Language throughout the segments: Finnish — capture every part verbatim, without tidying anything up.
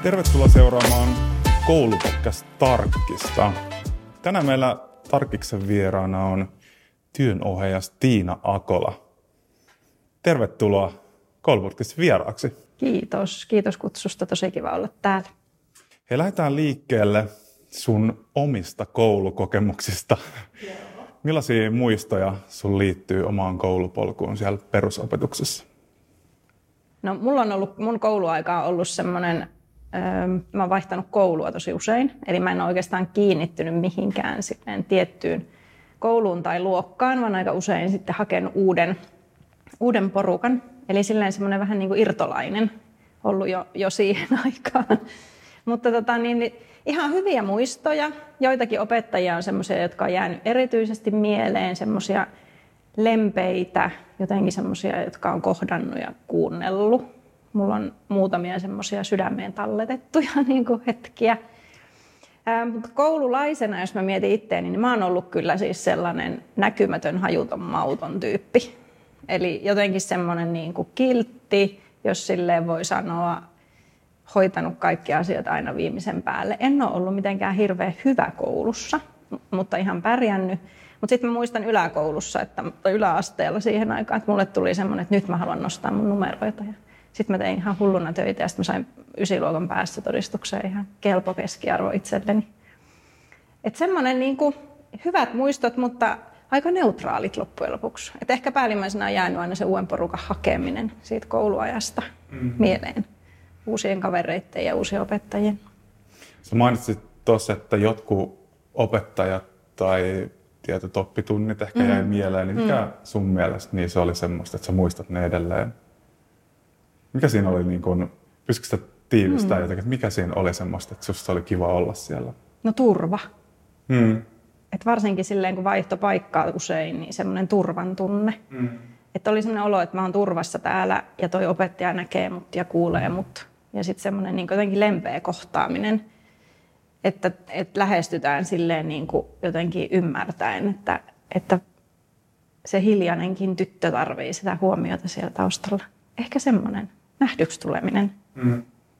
Tervetuloa seuraamaan koulupodcast Tarkkista. Tänään meillä Tarkkiksen vieraana on työnohjaaja Tiina Akola. Tervetuloa koulupodcastin vieraaksi. Kiitos. Kiitos kutsusta. Tosi kiva olla täällä. He lähdetään liikkeelle sun omista koulukokemuksista. Joo. Millaisia muistoja sun liittyy omaan koulupolkuun siellä perusopetuksessa? No, mulla on ollut, mun kouluaika on ollut semmoinen, öö, mä oon vaihtanut koulua tosi usein. Eli mä en ole oikeastaan kiinnittynyt mihinkään tiettyyn kouluun tai luokkaan, vaan aika usein sitten hakenut uuden, uuden porukan. Eli silleen semmoinen vähän niin kuin irtolainen ollut jo, jo siihen aikaan. Mutta tota, niin, ihan hyviä muistoja. Joitakin opettajia on semmoisia, jotka on jäänyt erityisesti mieleen, semmoisia lempeitä, jotenkin semmoisia, jotka on kohdannut ja kuunnellut. Mulla on muutamia semmoisia sydämeen talletettuja niin kuin hetkiä. Ää, mutta koululaisena, jos mä mietin itseäni, niin mä oon ollut kyllä siis sellainen näkymätön, hajuton, mauton tyyppi. Eli jotenkin semmoinen niin kuin kiltti, jos silleen voi sanoa, hoitanut kaikki asiat aina viimeisen päälle. En ole ollut mitenkään hirveän hyvä koulussa, mutta ihan pärjännyt. Mutta sitten mä muistan yläkoulussa, että yläasteella siihen aikaan, että mulle tuli semmoinen, että nyt mä haluan nostaa mun numeroita. Sitten mä tein ihan hulluna töitä ja sitten mä sain ysiluokan päästötodistukseen ihan kelpo keskiarvo itselleni. Että semmoinen niin kuin hyvät muistot, mutta aika neutraalit loppujen lopuksi. Et ehkä päällimmäisenä on jäänyt aina se uuden porukan hakeminen siitä kouluajasta mm-hmm. mieleen. Uusien kavereiden ja uusien opettajien. Sä mainitsit tuossa, että jotkut opettajat tai tietyt oppitunnit ehkä mm. jäi mieleen. Niin mikä mm. sun mielestä niin se oli semmoista, että sä muistat ne edelleen? Mikä siinä oli, niin kun, pystytkö sitä tiivistää mm. jotenkin, että mikä siinä oli semmoista, että susta oli kiva olla siellä? No turva. Mm. Et varsinkin silleen, kun vaihto paikkaa usein, niin semmoinen turvan tunne. Mm. Että oli semmoinen olo, että mä oon turvassa täällä ja toi opettaja näkee mut ja kuulee mut. Ja sitten semmoinen niin jotenkin lempeä kohtaaminen, että, että lähestytään silleen niin kuin jotenkin ymmärtäen, että, että se hiljainenkin tyttö tarvii sitä huomiota siellä taustalla. Ehkä semmoinen nähdyksi tuleminen. Mm.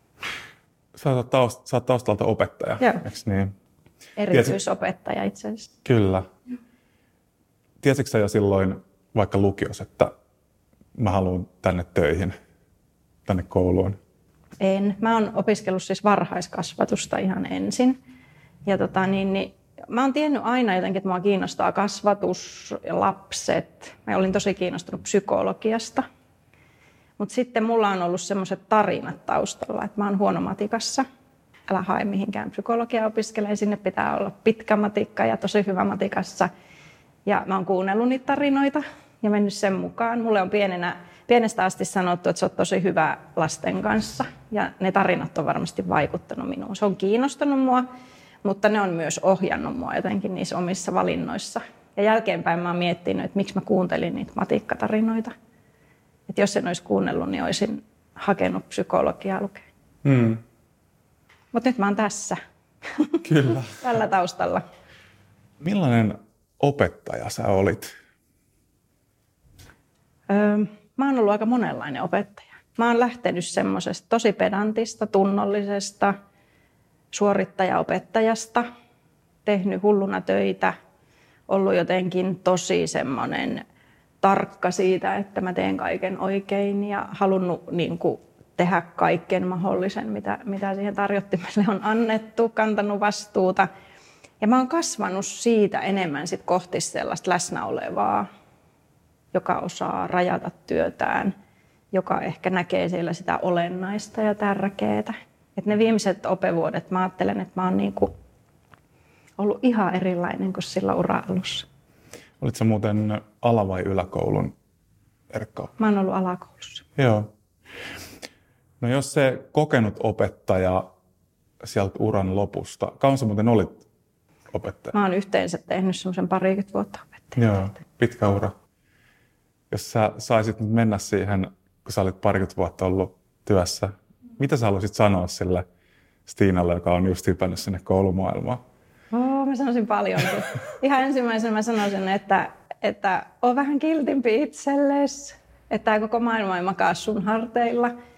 Sä oot, taust, sä oot taustalta opettaja, eikö niin? Erityisopettaja itse asiassa. Kyllä. Tiesitkö sä jo silloin vaikka lukiossa, että mä haluan tänne töihin, tänne kouluun? En. Mä oon opiskellut siis varhaiskasvatusta ihan ensin. Ja tota, niin, niin, mä oon tiennyt aina jotenkin, että mua kiinnostaa kasvatus ja lapset. Mä olin tosi kiinnostunut psykologiasta. Mutta sitten mulla on ollut semmoiset tarinat taustalla, että mä oon huono matikassa. Älä hae mihinkään psykologiaa opiskelemaan. Sinne pitää olla pitkä matikka ja tosi hyvä matikassa. Ja mä oon kuunnellut niitä tarinoita ja mennyt sen mukaan. Mulle on pienenä, pienestä asti sanottu, että sä oot tosi hyvä lasten kanssa. Ja ne tarinat on varmasti vaikuttanut minuun. Se on kiinnostanut mua, mutta ne on myös ohjannut mua jotenkin niissä omissa valinnoissa. Ja jälkeenpäin mä oon miettinyt, että miksi mä kuuntelin niitä matikkatarinoita. Että jos en olisi kuunnellut, niin olisin hakenut psykologiaa lukea. Hmm. Mutta nyt mä oon tässä. Kyllä. Tällä taustalla. Millainen opettaja sä olit? Öö, mä oon ollut aika monenlainen opettaja. Mä oon lähtenyt semmoisesta tosi pedantista, tunnollisesta suorittajaopettajasta. Tehnyt hulluna töitä. Ollut jotenkin tosi semmoinen tarkka siitä, että mä teen kaiken oikein ja halunnut niin kuin tehdä kaiken mahdollisen, mitä, mitä siihen tarjottimelle on annettu, kantanut vastuuta. Ja mä oon kasvanut siitä enemmän sit kohti sellaista läsnä olevaa, joka osaa rajata työtään, joka ehkä näkee siellä sitä olennaista ja tärkeää. Et ne viimeiset opevuodet mä ajattelen, että mä oon niinku ollut ihan erilainen kuin sillä ura-alussa. Olitko sä muuten ala- vai yläkoulun, Erkka? Mä oon ollut alakoulussa. Joo. No jos se kokenut opettaja sieltä uran lopusta, kauan sä muuten olit opettaja? Mä oon yhteensä tehnyt semmoisen parikymmentä vuotta opettajana. Joo, pitkä ura. Jos sä saisit nyt mennä siihen, kun sä olit parikymmentä vuotta ollut työssä, mitä sä haluaisit sanoa sille Stiinalle, joka on just hypännyt sinne koulumaailmaan? Oh, mä sanoisin paljon. Ihan ensimmäisenä mä sanoisin, että, että oo vähän kiltimpi itsellesi, että tämä koko maailma ei makaa sun harteilla.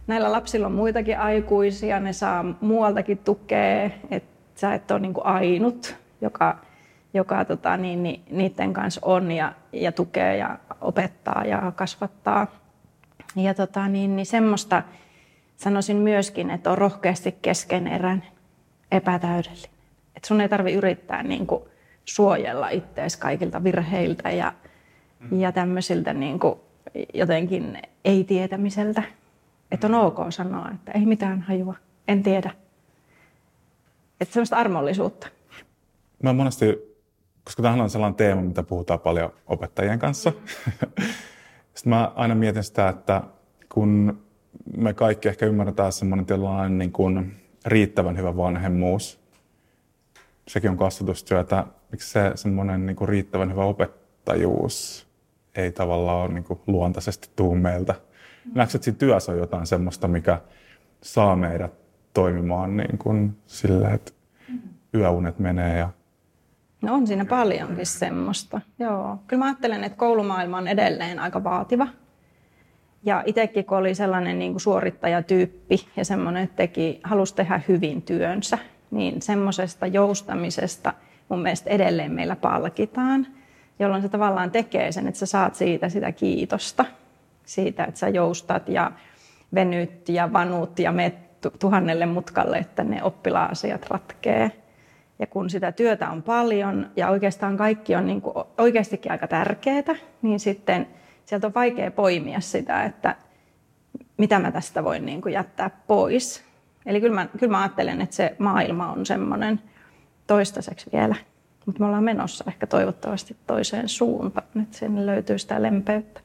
näillä lapsilla on muitakin aikuisia, ne saa muualtakin tukea, että sä et ole niin kuin ainut, joka, joka tota, niin, niin, niiden kanssa on ja, ja tukee ja opettaa ja kasvattaa. Ja tota, niin, niin semmoista sanoisin myöskin, että on rohkeasti keskeneräinen, epätäydellinen. Että sun ei tarvitse yrittää niin kuin suojella itseäsi kaikilta virheiltä ja, mm. ja tämmöisiltä niin kuin jotenkin ei-tietämiseltä. Että on ok sanoa, että ei mitään hajua, en tiedä. Että semmoista armollisuutta. Mä monesti, koska tämähän on sellainen teema, mitä puhutaan paljon opettajien kanssa. Sitten mä aina mietin sitä, että kun me kaikki ehkä ymmärretään semmoinen tällainen niin kuin riittävän hyvä vanhemmuus, sekin on kasvatustyötä, miksi se semmoinen niin kuin riittävän hyvä opettajuus ei tavallaan ole niin kuin luontaisesti tuu meiltä. Näetkö, että siinä työssä on jotain semmoista, mikä saa meidät toimimaan niin kuin silleen, että yöunet menee ja... No on siinä paljonkin semmoista, joo. Kyllä mä ajattelen, että koulumaailma on edelleen aika vaativa. Ja itsekin, kun oli sellainen niin kuin suorittajatyyppi ja semmoinen, että teki, halusi tehdä hyvin työnsä, niin semmoisesta joustamisesta mun mielestä edelleen meillä palkitaan, jolloin se tavallaan tekee sen, että sä saat siitä sitä kiitosta. Siitä, että sä joustat ja venyt ja vanut ja menet tuhannelle mutkalle, että ne oppila-asiat ratkee. Ja kun sitä työtä on paljon ja oikeastaan kaikki on niin kuin oikeastikin aika tärkeää, niin sitten sieltä on vaikea poimia sitä, että mitä mä tästä voin niin kuin jättää pois. Eli kyllä mä, kyllä mä ajattelen, että se maailma on semmoinen toistaiseksi vielä, mutta me ollaan menossa ehkä toivottavasti toiseen suuntaan, että sinne löytyy sitä lempeyttä.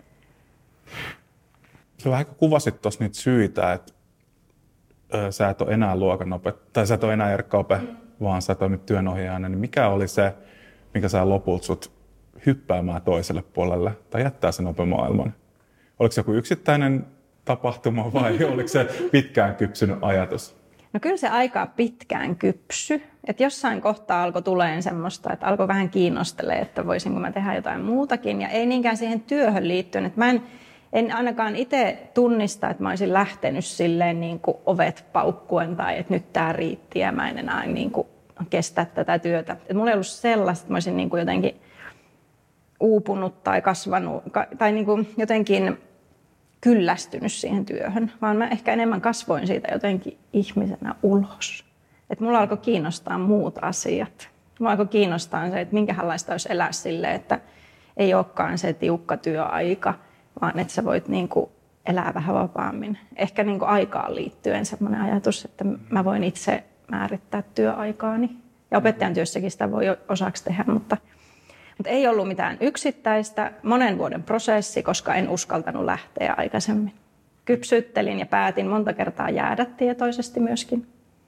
Sä vähän kuvasit tuossa niitä syitä, että ö, sä et ole enää luokanopettaja, tai sä et ole enää erkkaope, mm. vaan sä toimit työnohjaajana. Niin mikä oli se, mikä saa lopulta sut hyppäämään toiselle puolelle tai jättää sen opemaailman? Oliko se joku yksittäinen tapahtuma vai oliko se pitkään kypsynyt ajatus? No kyllä se aika pitkään kypsy. Että jossain kohtaa alkoi tulemaan semmoista, että alkoi vähän kiinnostella, että voisinko mä tehdä jotain muutakin. Ja ei niinkään siihen työhön liittyen. Että mä en, en ainakaan itse tunnista, että mä olisin lähtenyt silleen niin kuin ovet paukkuen tai että nyt tää riitti ja mä en enää niin kuin kestä tätä työtä. Että mulla ei ollut sellaista, että mä olisin niin kuin jotenkin uupunut tai kasvanut tai niin kuin jotenkin kyllästynyt siihen työhön, vaan mä ehkä enemmän kasvoin siitä jotenkin ihmisenä ulos. Että mulla alkoi kiinnostaa muut asiat. Mulla alkoi kiinnostaa se, että minkälaista olisi elää silleen, että ei olekaan se tiukka työaika, vaan että sä voit niin kuin elää vähän vapaammin. Ehkä niin kuin aikaan liittyen semmoinen ajatus, että mä voin itse määrittää työaikaani. Ja opettajan työssäkin sitä voi osaksi tehdä, mutta, mutta ei ollut mitään yksittäistä, monen vuoden prosessi, koska en uskaltanut lähteä aikaisemmin. Kypsyttelin ja päätin monta kertaa jäädä tietoisesti myöskin.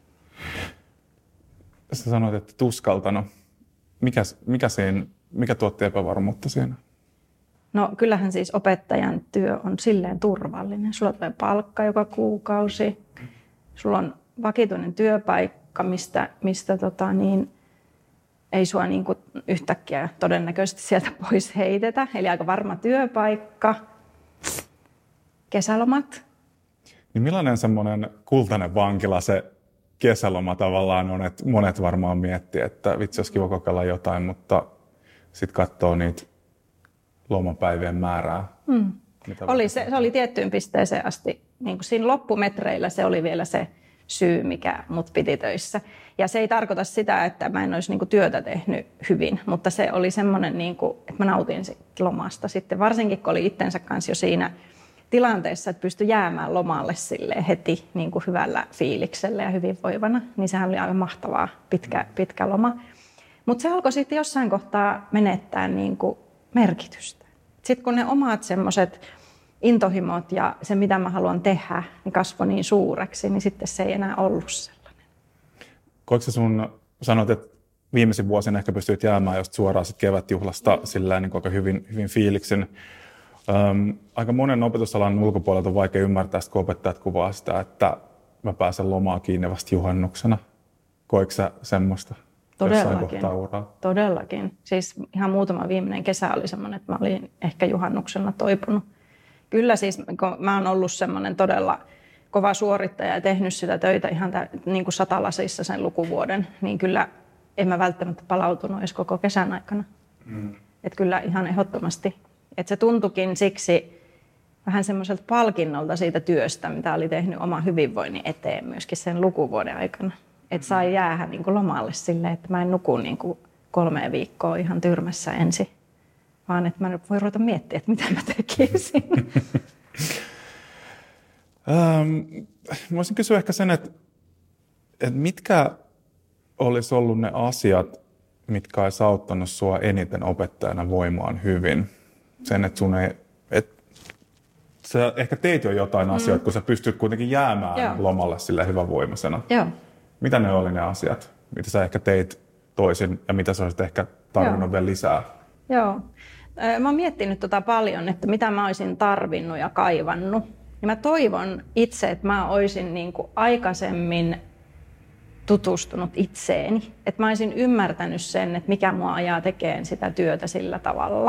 Sä sanoit, että tuskaltanut. Mikä, mikä, siinä, mikä tuotti epävarmuutta siinä? No kyllähän siis opettajan työ on silleen turvallinen. Sulla tulee palkka joka kuukausi. Sulla on vakituinen työpaikka, mistä, mistä tota niin, ei sua niin kuin yhtäkkiä todennäköisesti sieltä pois heitetä. Eli aika varma työpaikka. Kesälomat. Niin millainen semmoinen kultainen vankila se kesäloma tavallaan on, että monet varmaan miettii, että vitsi olisi kiva kokeilla jotain, mutta sitten katsoo niitä lomapäivien määrää. Hmm. Oli se, se oli tiettyyn pisteeseen asti. Niin kuin siinä loppumetreillä se oli vielä se syy, mikä mut piti töissä. Ja se ei tarkoita sitä, että mä en olisi niin kuin työtä tehnyt hyvin, mutta se oli semmoinen, niin kuin, että mä nautin lomasta sitten. Varsinkin, kun oli itsensä kanssa jo siinä tilanteessa, että pystyi jäämään lomalle heti niin kuin hyvällä fiiliksellä ja hyvinvoivana, niin sehän oli aivan mahtavaa pitkä, pitkä loma. Mutta se alkoi sitten jossain kohtaa menettää niin kuin merkitystä. Sitten kun ne omat semmoiset intohimot ja se, mitä mä haluan tehdä, niin kasvoi niin suureksi, niin sitten se ei enää ollut sellainen. Koetko sun, sanot, että viimeisin vuosina ehkä pystyt jäämään just suoraan sit kevätjuhlasta sillä niin aika hyvin, hyvin fiiliksin. Öm, aika monen opetusalan ulkopuolelta on vaikea ymmärtää, kun opettajat kuvaa sitä, että mä pääsen lomaa kiinni vasta juhannuksena. Koetko sä semmoista? Todellakin. Todellakin. Siis ihan muutama viimeinen kesä oli semmoinen, että mä olin ehkä juhannuksena toipunut. Kyllä siis, kun mä oon ollut semmoinen todella kova suorittaja ja tehnyt sitä töitä ihan tä, niin kuin satalasissa sen lukuvuoden, niin kyllä en mä välttämättä palautunut edes koko kesän aikana. Mm. Että kyllä ihan ehdottomasti. Että se tuntuikin siksi vähän semmoiselta palkinnolta siitä työstä, mitä oli tehnyt oman hyvinvoinnin eteen myöskin sen lukuvuoden aikana. Että sai jäädä niin kuin lomalle silleen, että mä en nuku niin kuin kolmeen viikkoon ihan tyrmässä ensin. Vaan että mä voin ruveta miettiä, että mitä mä tekisin. ähm, mä voisin kysyä ehkä sen, että, että mitkä olisi ollut ne asiat, mitkä olisi auttanut sua eniten opettajana voimaan hyvin? Sen, että sun ei... Et, sä ehkä teit jo jotain mm. asioita, kun sä pystyt kuitenkin jäämään Joo. lomalle sille hyvävoimaisena. Joo. Mitä ne oli ne asiat, mitä sä ehkä teit toisin ja mitä sä olisit ehkä tarvinnut Joo. vielä lisää? Joo. Mä oon miettinyt tota paljon, että mitä mä olisin tarvinnut ja kaivannut. Ja mä toivon itse, että mä olisin niin kuin aikaisemmin tutustunut itseeni. Että mä olisin ymmärtänyt sen, että mikä mua ajaa tekemään sitä työtä sillä tavalla.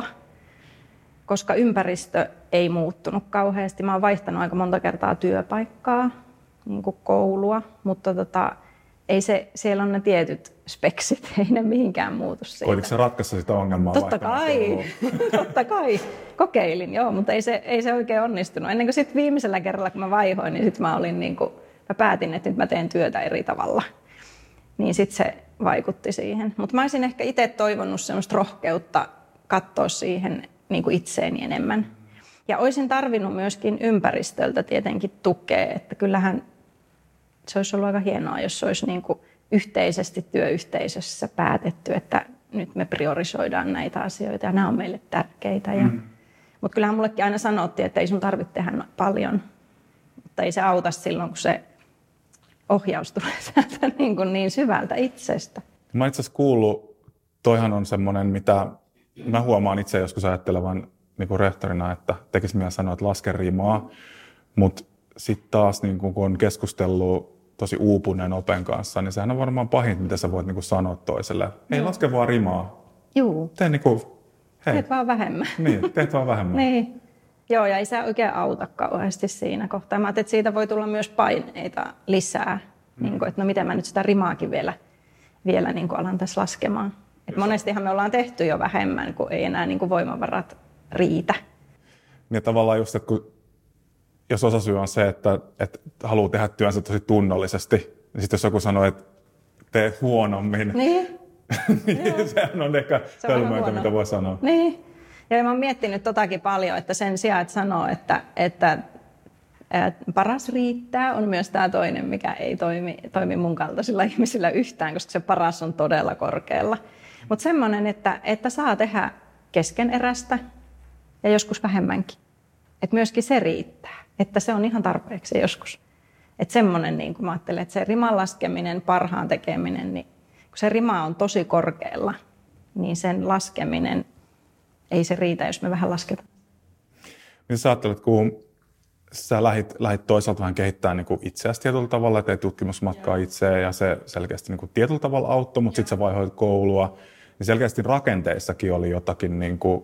Koska ympäristö ei muuttunut kauheasti. Mä oon vaihtanut aika monta kertaa työpaikkaa, niin kuin koulua, mutta tota, ei se, siellä on ne tietyt speksit, ei ne mihinkään muutu siitä. Koititko sä ratkaista sitä ongelmaa? Totta kai, totta kai. Kokeilin, joo, mutta ei se, ei se oikein onnistunut. Ennen kuin sitten viimeisellä kerralla, kun mä vaihoin, niin sitten mä olin niin kuin, mä päätin, että nyt mä teen työtä eri tavalla. Niin sitten se vaikutti siihen. Mutta mä olisin ehkä itse toivonut semmoista rohkeutta katsoa siihen niin kuin itseeni enemmän. Ja olisin tarvinnut myöskin ympäristöltä tietenkin tukea, että kyllähän se olisi ollut aika hienoa, jos se olisi niin kuin yhteisesti työyhteisössä päätetty, että nyt me priorisoidaan näitä asioita ja nämä on meille tärkeitä. Ja, mm. Mutta kyllähän mullekin aina sanottiin, että ei sun tarvitse tehdä paljon, mutta ei se auta silloin, kun se ohjaus tulee sieltä niin, kuin niin syvältä itsestä. Mä oon itse asiassa kuullut, toihan on semmoinen, mitä mä huomaan itse joskus ajattelevan niin kuin rehtorina, että tekisi mieli sanoa, että laske rimaa, mutta sitten taas niin kun on keskustellut tosi uupuneen open kanssa, niin sehän on varmaan pahin, mitä sä voit niin kuin sanoa toiselle. Ei no. laske vaan rimaa. Juu. Tee niin kuin, hei. Teet vaan vähemmän. Niin, teet vaan vähemmän. Niin. Joo, ja ei se oikein auta kauheasti siinä kohtaa. Mä ajattelin, että siitä voi tulla myös paineita lisää. Mm. Niin kuin, että no miten mä nyt sitä rimaakin vielä, vielä niin kuin alan tässä laskemaan. Et monestihan me ollaan tehty jo vähemmän, kun ei enää niin kuin voimavarat riitä. Ja tavallaan just, että kun, jos osasyy on se, että, että haluaa tehdä työnsä tosi tunnollisesti, niin sitten jos joku sanoo, että tee huonommin, niin, niin sehän on ehkä hölmöintä, mitä voi sanoa. Niin. Ja mä oon miettinyt totakin paljon, että sen sijaan, että sanoo, että, että, että paras riittää, on myös tämä toinen, mikä ei toimi, toimi mun kaltaisilla ihmisillä yhtään, koska se paras on todella korkealla. Mutta semmoinen, että, että saa tehdä keskeneräistä ja joskus vähemmänkin. Että myöskin se riittää, että se on ihan tarpeeksi joskus. Että semmoinen, niin kuin mä ajattelen, että se riman laskeminen, parhaan tekeminen, niin kun se rima on tosi korkealla, niin sen laskeminen ei se riitä, jos me vähän lasketaan. Mitä sä ajattelet, kun sä lähit, lähit toisaalta vähän kehittämään niin kuin itseäsi tietyllä tavalla, teit tutkimusmatkaa itseä ja se selkeästi niin kuin tietyllä tavalla auttoi, mutta sitten sä vaihoit koulua, niin selkeästi rakenteissakin oli jotakin niin kuin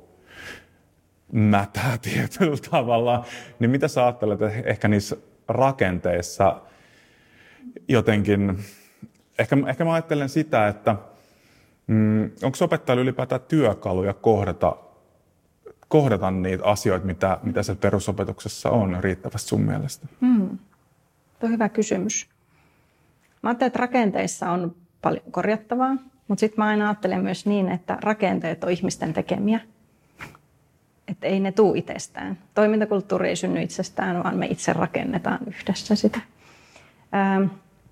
mätää tietyllä tavalla. Niin mitä sä ajattelet, että ehkä niissä rakenteissa jotenkin, ehkä, ehkä mä ajattelen sitä, että mm, onko opettajalla ylipäätään työkaluja kohdata, kohdata niitä asioita, mitä, mitä se perusopetuksessa on riittävästi sun mielestä? Hmm. Tuo on hyvä kysymys. Mä ajattelen, että rakenteissa on paljon korjattavaa, mutta sitten mä aina ajattelen myös niin, että rakenteet on ihmisten tekemiä. Että ei ne tule itsestään. Toimintakulttuuri ei synny itsestään, vaan me itse rakennetaan yhdessä sitä. Ähm,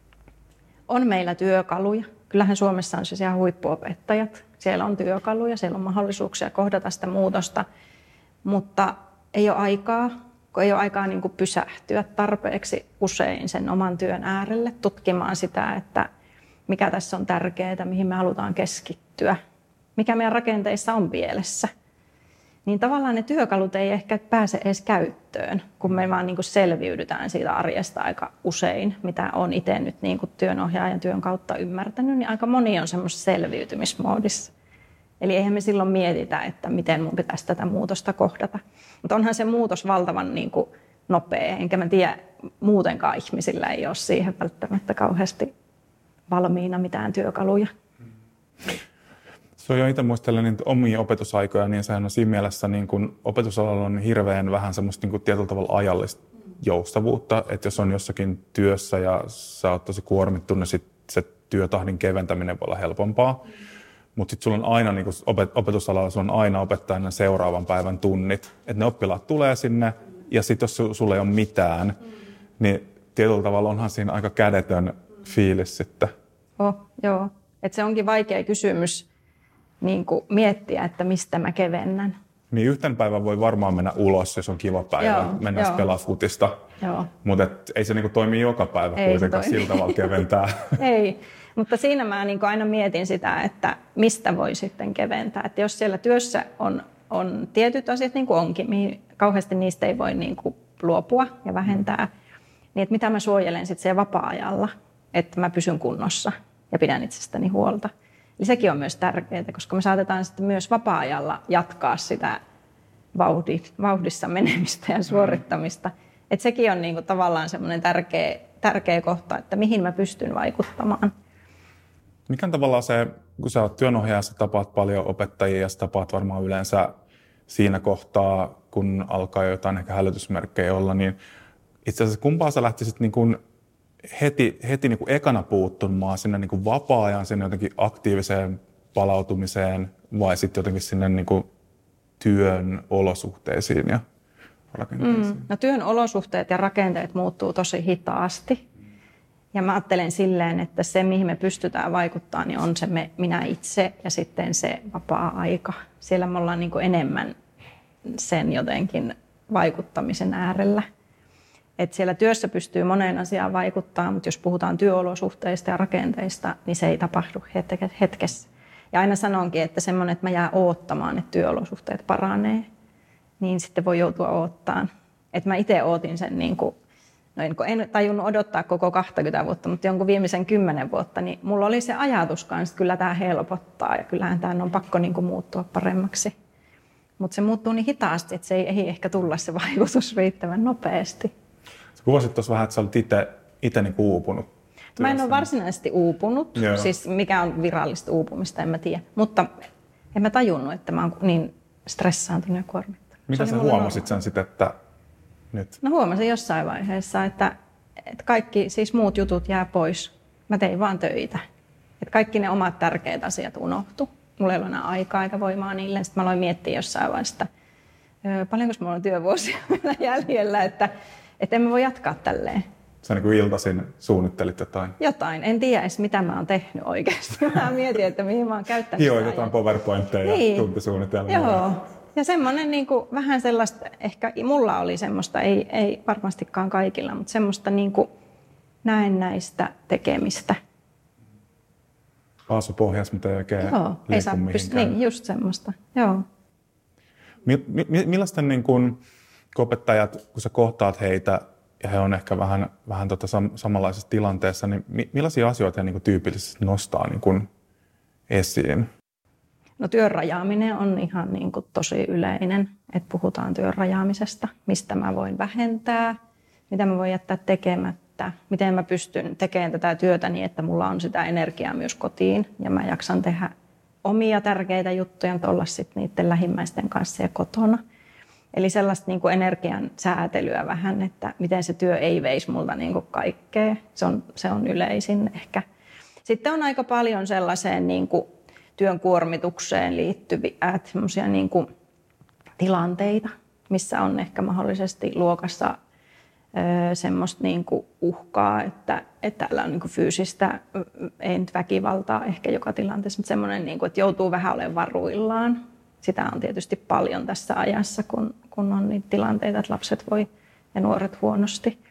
on meillä työkaluja. Kyllähän Suomessa on siis ihan huippuopettajat. Siellä on työkaluja, siellä on mahdollisuuksia kohdata sitä muutosta, mutta ei ole aikaa, kun ei ole aikaa niin kuin pysähtyä tarpeeksi usein sen oman työn äärelle tutkimaan sitä, että mikä tässä on tärkeää, mihin me halutaan keskittyä, mikä meidän rakenteissa on pielessä. Niin tavallaan ne työkalut ei ehkä pääse edes käyttöön, kun me vaan niin kuin selviydytään siitä arjesta aika usein, mitä olen itse nyt niin kuin työnohjaajan työn kautta ymmärtänyt, niin aika moni on semmoisessa selviytymismoodissa. Eli eihän me silloin mietitä, että miten mun pitäisi tätä muutosta kohdata. Mutta onhan se muutos valtavan niin kuin nopea, enkä mä tiedä, muutenkaan ihmisillä ei ole siihen välttämättä kauheasti valmiina mitään työkaluja. Se on jo itse muistellen niin omia opetusaikoja, niin sehän on siinä mielessä niin kun opetusalalla on hirveän vähän semmoista niin kun tietyllä tavalla ajallista joustavuutta, että jos on jossakin työssä ja sä oot tosi kuormittunut, niin sit se työtahdin keventäminen voi olla helpompaa. Mm. Mutta sitten sulla on aina, niin opet- opetusalalla sulla on aina opettajana seuraavan päivän tunnit. Että ne oppilaat tulee sinne ja sitten jos su- sulla ei ole mitään, mm. niin tietyllä tavalla onhan siinä aika kädetön fiilis sitten. Oh, joo, että se onkin vaikea kysymys niin kuin miettiä, että mistä mä kevennän. Niin yhten päivän voi varmaan mennä ulos, jos on kiva päivä, joo, mennä joo. pelaa futista. Mutta ei se niinku toimi joka päivä ei kuitenkaan sillä tavalla keventää. Ei, mutta siinä mä niinku aina mietin sitä, että mistä voi sitten keventää. Että jos siellä työssä on, on tietyt asiat, niin kuin onkin, mihin kauheasti niistä ei voi niinku luopua ja vähentää, mm. niin että mitä mä suojelen sitten siellä vapaa-ajalla, että mä pysyn kunnossa ja pidän itsestäni huolta. Eli sekin on myös tärkeää, koska me saatetaan sitten myös vapaa-ajalla jatkaa sitä vauhdissa menemistä ja suorittamista. Että sekin on niinku tavallaan semmoinen tärkeä, tärkeä kohta, että mihin mä pystyn vaikuttamaan. Mikä on tavallaan se, kun sä oot työnohjaajassa, tapaat paljon opettajia ja sä tapaat varmaan yleensä siinä kohtaa, kun alkaa jotain ehkä hälytysmerkkejä olla, niin itse asiassa kumpaa sä lähtisit niin kuin heti, heti niin kuin ekana puuttumaan sinne niin kuin vapaa-ajan, sinne jotenkin aktiiviseen palautumiseen vai sitten jotenkin sinne niin kuin työn olosuhteisiin ja rakenteisiin? Mm, no työn olosuhteet ja rakenteet muuttuu tosi hitaasti. Ja mä ajattelen silleen, että se mihin me pystytään vaikuttamaan, niin on se me, minä itse ja sitten se vapaa-aika. Siellä me ollaan niin kuin enemmän sen jotenkin vaikuttamisen äärellä. Et siellä työssä pystyy moneen asiaan vaikuttaa, mutta jos puhutaan työolosuhteista ja rakenteista, niin se ei tapahdu hetkessä. Ja aina sanonkin, että semmoinen, että mä jään oottamaan, että työolosuhteet paranee, niin sitten voi joutua oottaan. Että mä itse ootin sen, niin kuin, no en tajunnut odottaa koko kaksikymmentä vuotta, mutta jonkun viimeisen kymmenen vuotta, niin mulla oli se ajatus kanssa, että kyllä tämä helpottaa ja kyllähän tämä on pakko niin kuin muuttua paremmaksi. Mutta se muuttuu niin hitaasti, että se ei, ei ehkä tulla se vaikutus riittävän nopeasti. Sä kuvasit tuossa vähän, että sä olit itse niin uupunut työssä. Mä en ole varsinaisesti uupunut, Joo. siis mikä on virallista uupumista, en mä tiedä. Mutta en mä tajunnut, että mä oon niin stressaantunut ja kuormittunut. Mitä sä huomasit sen sitten, että nyt? No huomasin jossain vaiheessa, että, että kaikki siis muut jutut jää pois. Mä tein vaan töitä. Että kaikki ne omat tärkeät asiat unohtu. Mulla ei ole enää aikaa eikä voimaa niille. Sitten mä aloin miettiä jossain vaiheessa, että paljonko mulla on työvuosia jäljellä, että, että en mä voi jatkaa tälleen. Sä niin kuin iltaisin suunnittelit jotain? Jotain. En tiedä edes, mitä mä oon tehnyt oikeasti. Mä mietin, että mihin mä oon käyttänyt Joo, jotain PowerPointteja niin. ja tuntisuunnitelmia. Joo. Ja semmoinen niin kuin, vähän sellaista, ehkä mulla oli semmoista, ei, ei varmastikaan kaikilla, mutta semmoista niin kuin näennäistä tekemistä. Aasupohjas, mitä ei oikein Joo, ei saa pystyä. Niin, just semmoista. Joo. Mi- mi- millaisten niin kuin, opettajat, kun sä kohtaat heitä, ja he on ehkä vähän, vähän tota sam- samanlaisessa tilanteessa, niin mi- millaisia asioita he niin kuin tyypillisesti nostaa niin kuin esiin? No työn rajaaminen on ihan niin kuin tosi yleinen, että puhutaan työn rajaamisesta, mistä mä voin vähentää, mitä mä voin jättää tekemättä, miten mä pystyn tekemään tätä työtä niin, että mulla on sitä energiaa myös kotiin ja mä jaksan tehdä omia tärkeitä juttuja, mutta olla sitten niiden lähimmäisten kanssa ja kotona. Eli sellaista niin kuin energian säätelyä vähän, että miten se työ ei veisi multa niin kuin kaikkea. Se on, se on yleisin ehkä. Sitten on aika paljon sellaiseen niin kuin työn kuormitukseen liittyviä semmoisia niin kuin tilanteita, missä on ehkä mahdollisesti luokassa ö, semmoista niin kuin uhkaa, että, että täällä on niin kuin fyysistä, ei nyt väkivaltaa ehkä joka tilanteessa, mutta semmoinen, niin kuin, että joutuu vähän olemaan varuillaan. Sitä on tietysti paljon tässä ajassa, kun, kun on niitä tilanteita, että lapset voi ja nuoret huonosti.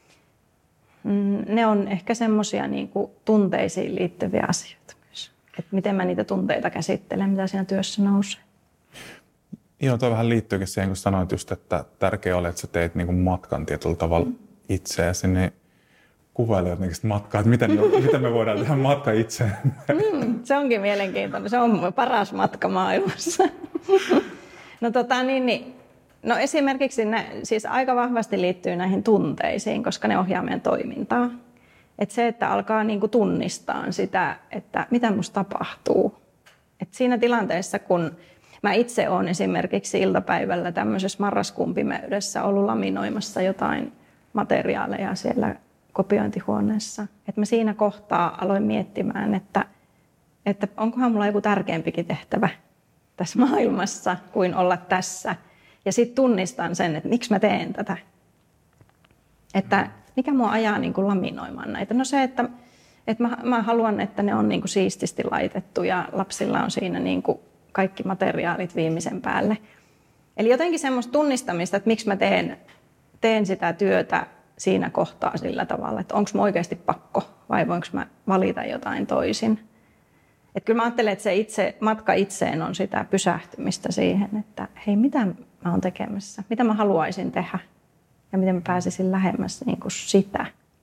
Ne on ehkä semmoisia niin kuin tunteisiin liittyviä asioita myös. Että miten mä niitä tunteita käsittelen, mitä siinä työssä nousee. Joo, toi vähän liittyykin siihen, kun sanoit just, että tärkeää oli, että sä teit niin kuin matkan tietyllä tavalla mm. itseäsi, niin kuvaile jotenkin sitä matkaa, että miten, miten me voidaan tehdä matka itse. Mm, se onkin mielenkiintoinen. Se on paras matka maailmassa. No, tota, niin, niin, No esimerkiksi ne siis aika vahvasti liittyy näihin tunteisiin, koska ne ohjaa meidän toimintaa. Et se, että alkaa niinku tunnistaa sitä, että mitä musta tapahtuu. Et siinä tilanteessa, kun mä itse olen esimerkiksi iltapäivällä tämmöisessä marraskuun pimeydessä ollut laminoimassa jotain materiaaleja siellä kopiointihuoneessa, että mä siinä kohtaa aloin miettimään, että, että onkohan mulla joku tärkeämpikin tehtävä tässä maailmassa kuin olla tässä. Ja sitten tunnistan sen, että miksi mä teen tätä. Että mikä mua ajaa niin kuin laminoimaan näitä? No se, että, että mä, mä haluan, että ne on niin kuin siististi laitettu ja lapsilla on siinä niin kuin kaikki materiaalit viimeisen päälle. Eli jotenkin semmoista tunnistamista, että miksi mä teen, teen sitä työtä siinä kohtaa sillä tavalla, että onko mä oikeasti pakko vai voinko mä valita jotain toisin. Että kyllä mä ajattelen, että se itse, matka itseen on sitä pysähtymistä siihen, että hei, mitä mä oon tekemässä, mitä mä haluaisin tehdä ja miten mä pääsisin lähemmäs niin kuin sitä.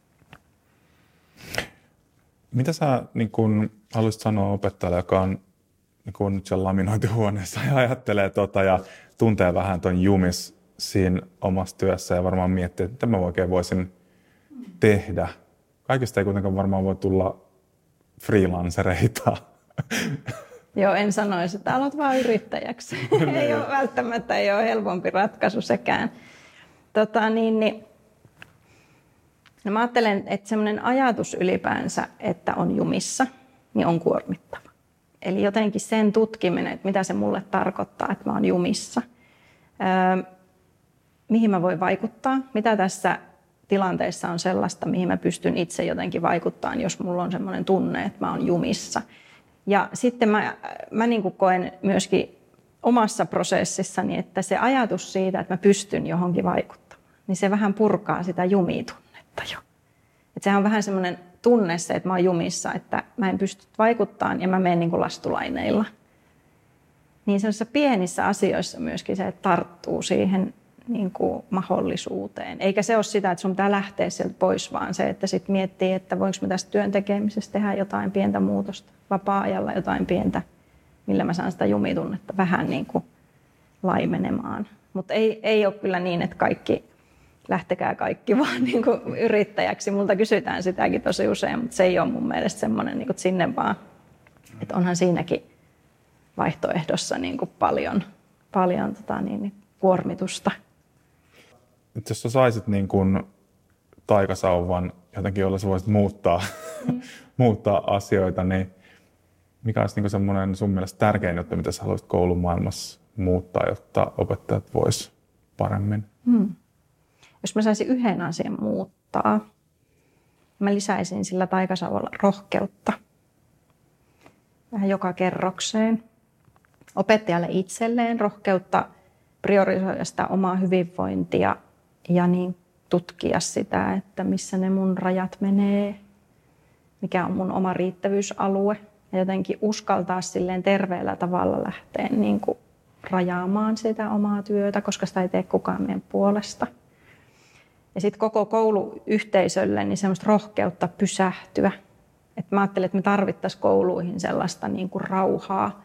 Mitä sä niin kun haluaisit sanoa opettajalle, joka on niin kun nyt siellä laminointihuoneessa ja ajattelee tota ja tuntee vähän ton jumis siinä omassa työssä ja varmaan miettii, että mitä mä oikein voisin tehdä. Kaikista ei kuitenkaan varmaan voi tulla freelancereita. Joo, en sanoisi, että aloit vaan yrittäjäksi. ei ole välttämättä ei ole helpompi ratkaisu sekään. Tota, niin, niin, no mä ajattelen, että semmoinen ajatus ylipäänsä, että on jumissa, niin on kuormittava. Eli jotenkin sen tutkiminen, että mitä se mulle tarkoittaa, että mä oon jumissa. Öö, mihin mä voin vaikuttaa, mitä tässä tilanteessa on sellaista, mihin mä pystyn itse jotenkin vaikuttamaan, jos mulla on semmoinen tunne, että mä oon jumissa. Ja sitten mä, mä niin kuin koen myöskin omassa prosessissani, että se ajatus siitä, että mä pystyn johonkin vaikuttamaan, niin se vähän purkaa sitä jumitunnetta jo. Että sehän on vähän semmoinen tunne se, että mä oon jumissa, että mä en pysty vaikuttamaan ja mä menen niin kuin lastulaineilla. Niin sellaisissa pienissä asioissa myöskin se, että tarttuu siihen niin kuin mahdollisuuteen. Eikä se ole sitä, että sun pitää lähteä sieltä pois, vaan se, että sitten miettii, että voinko mä tästä työn tekemisestä tehdä jotain pientä muutosta, vapaa-ajalla jotain pientä, millä mä saan sitä jumitunnetta vähän niin kuin laimenemaan. Mutta ei, ei ole kyllä niin, että kaikki, lähtekää kaikki vaan niin kuin yrittäjäksi. Multa kysytään sitäkin tosi usein, mutta se ei ole mun mielestä semmoinen, niin kuin sinne vaan, että onhan siinäkin vaihtoehdossa niin kuin paljon, paljon tota niin, kuormitusta. Nyt jos sä saisit niin kuin taikasauvan jotenkin, jolla sä voisit muuttaa, mm. muuttaa asioita, niin mikä olisi niin semmoinen sun mielestä tärkein juttu, mitä sä haluaisit koulumaailmassa muuttaa, jotta opettajat vois paremmin? Mm. Jos mä saisin yhden asian muuttaa, mä lisäisin sillä taikasauvalla rohkeutta vähän joka kerrokseen. Opettajalle itselleen rohkeutta priorisoida sitä omaa hyvinvointia ja niin tutkia sitä, että missä ne mun rajat menee, mikä on mun oma riittävyysalue. Ja jotenkin uskaltaa silleen terveellä tavalla lähteä niin kuin rajaamaan sitä omaa työtä, koska sitä ei tee kukaan meidän puolesta. Ja sitten koko kouluyhteisölle niin semmoista rohkeutta pysähtyä. Et mä ajattelen, että me tarvittaisiin kouluihin sellaista niin kuin rauhaa.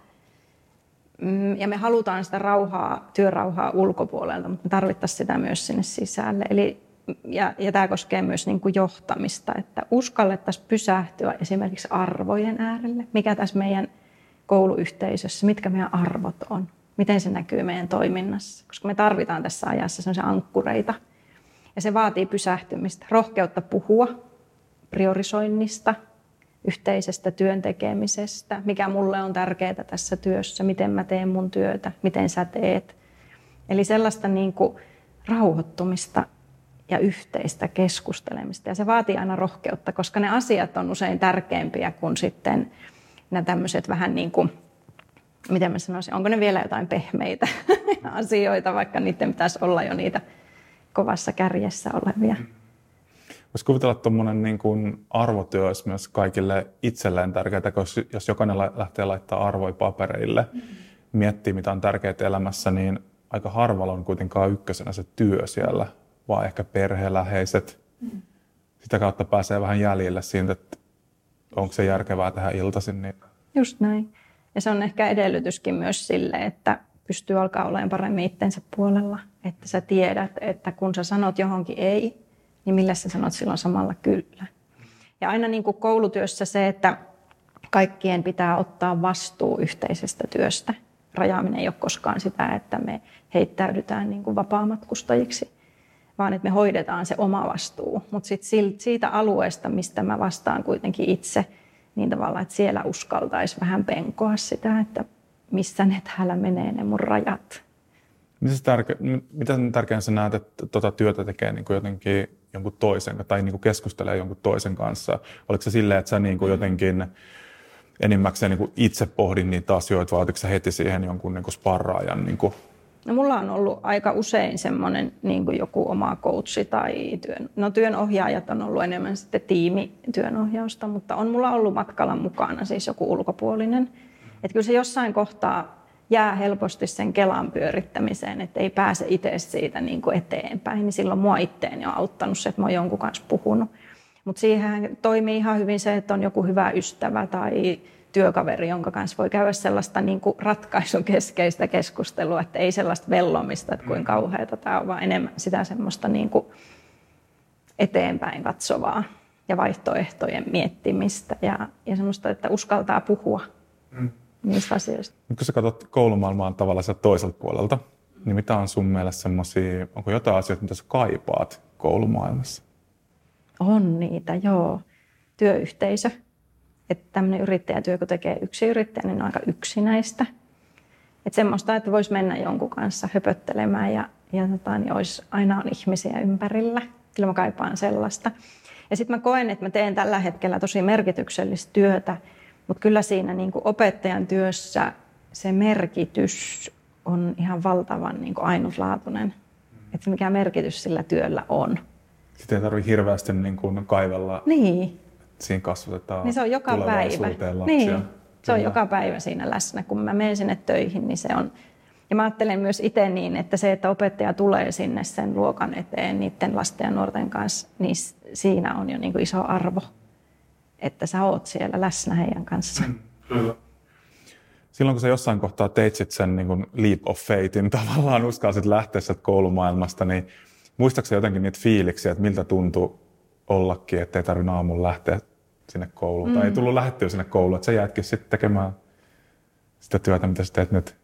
Ja me halutaan sitä rauhaa, työrauhaa ulkopuolelta, mutta me tarvittaisiin sitä myös sinne sisälle. Eli, ja, ja tämä koskee myös niin kuin johtamista, että uskallettaisiin pysähtyä esimerkiksi arvojen äärelle. Mikä tässä meidän kouluyhteisössä, mitkä meidän arvot on, miten se näkyy meidän toiminnassa. Koska me tarvitaan tässä ajassa sellaisia ankkureita. Ja se vaatii pysähtymistä, rohkeutta puhua, priorisoinnista, yhteisestä työn tekemisestä, mikä mulle on tärkeää tässä työssä, miten mä teen mun työtä, miten sä teet. Eli sellaista niin kuin rauhoittumista ja yhteistä keskustelemista. Ja se vaatii aina rohkeutta, koska ne asiat on usein tärkeämpiä kuin sitten nämä tämmöiset vähän niin kuin, miten mä sanoisin, onko ne vielä jotain pehmeitä asioita, vaikka niiden pitäisi olla jo niitä kovassa kärjessä olevia. Voisi kuvitella, että tuommoinen niin kuin arvotyö olisi myös kaikille itselleen tärkeää, koska jos jokainen lähtee laittamaan arvoja papereille, mm. miettii mitä on tärkeää elämässä, niin aika harvalla on kuitenkaan ykkösenä se työ siellä, vaan ehkä perheläheiset. Mm. Sitä kautta pääsee vähän jäljille siitä, että onko se järkevää tehdä iltaisin. Niin... Just näin. Ja se on ehkä edellytyskin myös sille, että pystyy alkaa olemaan paremmin itsensä puolella. Että sä tiedät, että kun sä sanot johonkin ei, niin millä sä sanot silloin samalla kyllä. Ja aina niin kuin koulutyössä se, että kaikkien pitää ottaa vastuu yhteisestä työstä. Rajaaminen ei ole koskaan sitä, että me heittäydytään niin kuin vapaamatkustajiksi, vaan että me hoidetaan se oma vastuu. Mutta sitten siitä alueesta, mistä mä vastaan kuitenkin itse, niin tavallaan, että siellä uskaltaisi vähän penkoa sitä, että missä ne täällä menee ne mun rajat. Mitä tärkeää sä näet, että tuota työtä tekee niin kuin jotenkin jonkun toisen tai niin kuin keskustelee jonkun toisen kanssa? Oliko se silleen, että sä niin kuin jotenkin enimmäkseen niin kuin itse pohdin niitä asioita, vai oletko sä heti siihen jonkun niin kuin sparraajan? Niin kuin? No, mulla on ollut aika usein semmoinen niin kuin joku oma coachi tai työn, no, työnohjaajat on ollut enemmän sitten tiimityönohjausta, mutta on mulla ollut matkalla mukana siis joku ulkopuolinen. Että kyllä se jossain kohtaa jää helposti sen kelan pyörittämiseen, että ei pääse itse siitä niin kuin eteenpäin, niin silloin mua itteeni on auttanut se, että mä oon jonkun kanssa puhunut. Mutta siihen toimii ihan hyvin se, että on joku hyvä ystävä tai työkaveri, jonka kanssa voi käydä sellaista niin kuin ratkaisukeskeistä keskustelua, että ei sellaista vellomista, että kuinka kauheata tämä on, vaan enemmän sitä semmoista niin kuin eteenpäin katsovaa ja vaihtoehtojen miettimistä ja, ja semmoista, että uskaltaa puhua mm. niistä asioista. Nyt kun sä katsot koulumaailmaa tavallaan sieltä toiselta puolelta, niin mitä on sun mielestä semmoisia, onko jotain asioita, mitä sä kaipaat koulumaailmassa? On niitä, joo. Työyhteisö. Että tämmöinen yrittäjätyö, kun tekee yksi yrittäjä, niin on aika yksinäistä. Että semmoista, että voisi mennä jonkun kanssa höpöttelemään ja, ja tota, niin olisi, aina on ihmisiä ympärillä. Kyllä mä kaipaan sellaista. Ja sitten mä koen, että mä teen tällä hetkellä tosi merkityksellistä työtä, mutta kyllä siinä niin kuin opettajan työssä se merkitys on ihan valtavan niin kuin ainutlaatuinen. Että mikä merkitys sillä työllä on. Sitten ei tarvitse hirveästi niin kuin kaivella. Niin. Siinä kasvatetaan niin se on joka päivä. Lapsia. Niin. Se on joka päivä siinä läsnä. Kun mä menen sinne töihin, niin se on. Ja mä ajattelen myös itse niin, että se, että opettaja tulee sinne sen luokan eteen niiden lasten ja nuorten kanssa, niin siinä on jo niin kuin iso arvo, että sä oot siellä läsnä heidän kanssaan. Kyllä. Silloin kun sä jossain kohtaa teit sit sen niin kuin leap of faithin, tavallaan uskalsit lähteä sieltä koulumaailmasta, niin muistaaksä jotenkin niitä fiiliksiä, että miltä tuntui ollakin, ettei tarvinnut aamulla lähteä sinne kouluun. Mm. Tai ei tullut lähdettyä sinne kouluun, että sä jäätkin sitten tekemään sitä työtä, mitä sä teet nyt.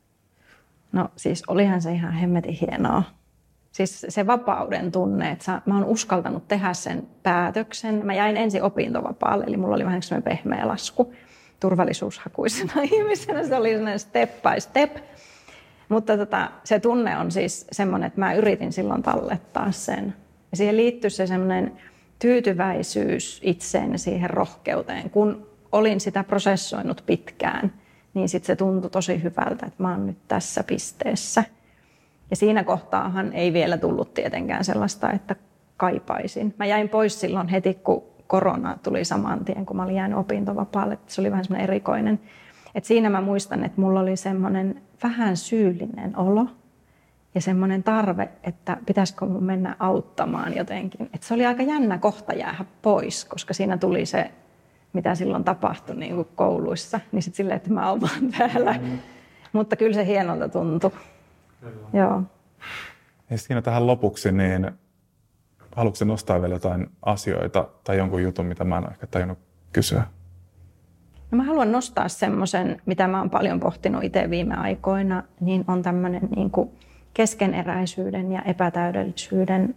No siis olihan se ihan hemmetin hienoa. Siis se vapauden tunne, että sä, mä oon uskaltanut tehdä sen päätöksen. Mä jäin ensin opintovapaalle, eli mulla oli vähän semmoinen pehmeä lasku. Turvallisuushakuisena ihmisenä se oli semmoinen step by step. Mutta tota, se tunne on siis semmoinen, että mä yritin silloin tallettaa sen. Ja siihen liittyy se semmoinen tyytyväisyys itseen ja siihen rohkeuteen. Kun olin sitä prosessoinut pitkään, niin sitten se tuntui tosi hyvältä, että mä oon nyt tässä pisteessä. Ja siinä kohtaahan ei vielä tullut tietenkään sellaista, että kaipaisin. Mä jäin pois silloin heti, kun korona tuli saman tien, kun mä olin jäänyt opintovapaalle. Se oli vähän semmoinen erikoinen. Et siinä mä muistan, että mulla oli semmoinen vähän syyllinen olo ja semmoinen tarve, että pitäisikö mun mennä auttamaan jotenkin. Et se oli aika jännä kohta jäädä pois, koska siinä tuli se, mitä silloin tapahtui niin kuin kouluissa. Niin sitten silleen, että mä oon vaan täällä. Mm. Mutta kyllä se hienolta tuntui. Kyllä. Joo. Ja siinä tähän lopuksi, niin haluatko nostaa vielä jotain asioita tai jonkun jutun, mitä mä en ole ehkä tajunnut kysyä? No mä haluan nostaa semmoisen, mitä mä oon paljon pohtinut itse viime aikoina, niin on tämmöinen niin kuin keskeneräisyyden ja epätäydellisyyden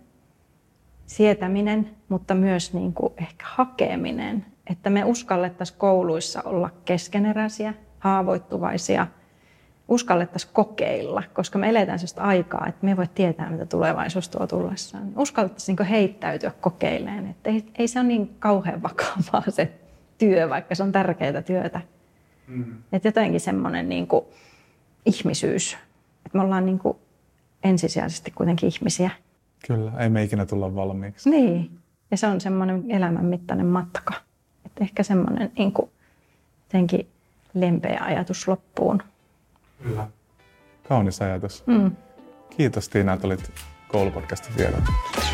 sietäminen, mutta myös niin kuin ehkä hakeminen. Että me uskallettaisiin kouluissa olla keskeneräisiä, haavoittuvaisia, uskallettaisiin kokeilla, koska me eletään sellaista aikaa, että me ei voi tietää, mitä tulevaisuus tuo tullessaan. Uskallettaisiin niin heittäytyä kokeileen, että ei, ei se ole niin kauhean vakavaa se työ, vaikka se on tärkeää työtä. Mm. Että jotenkin semmoinen niin kuin ihmisyys, että me ollaan niin kuin ensisijaisesti kuitenkin ihmisiä. Kyllä, ei me ikinä tulla valmiiksi. Niin, ja se on semmoinen elämänmittainen matka. Että ehkä semmoinen niin kuin jotenkin lempeä ajatus loppuun. Kyllä. Kaunis ajatus. Mm. Kiitos Tiina, että olit Koulupodcastin vieraana.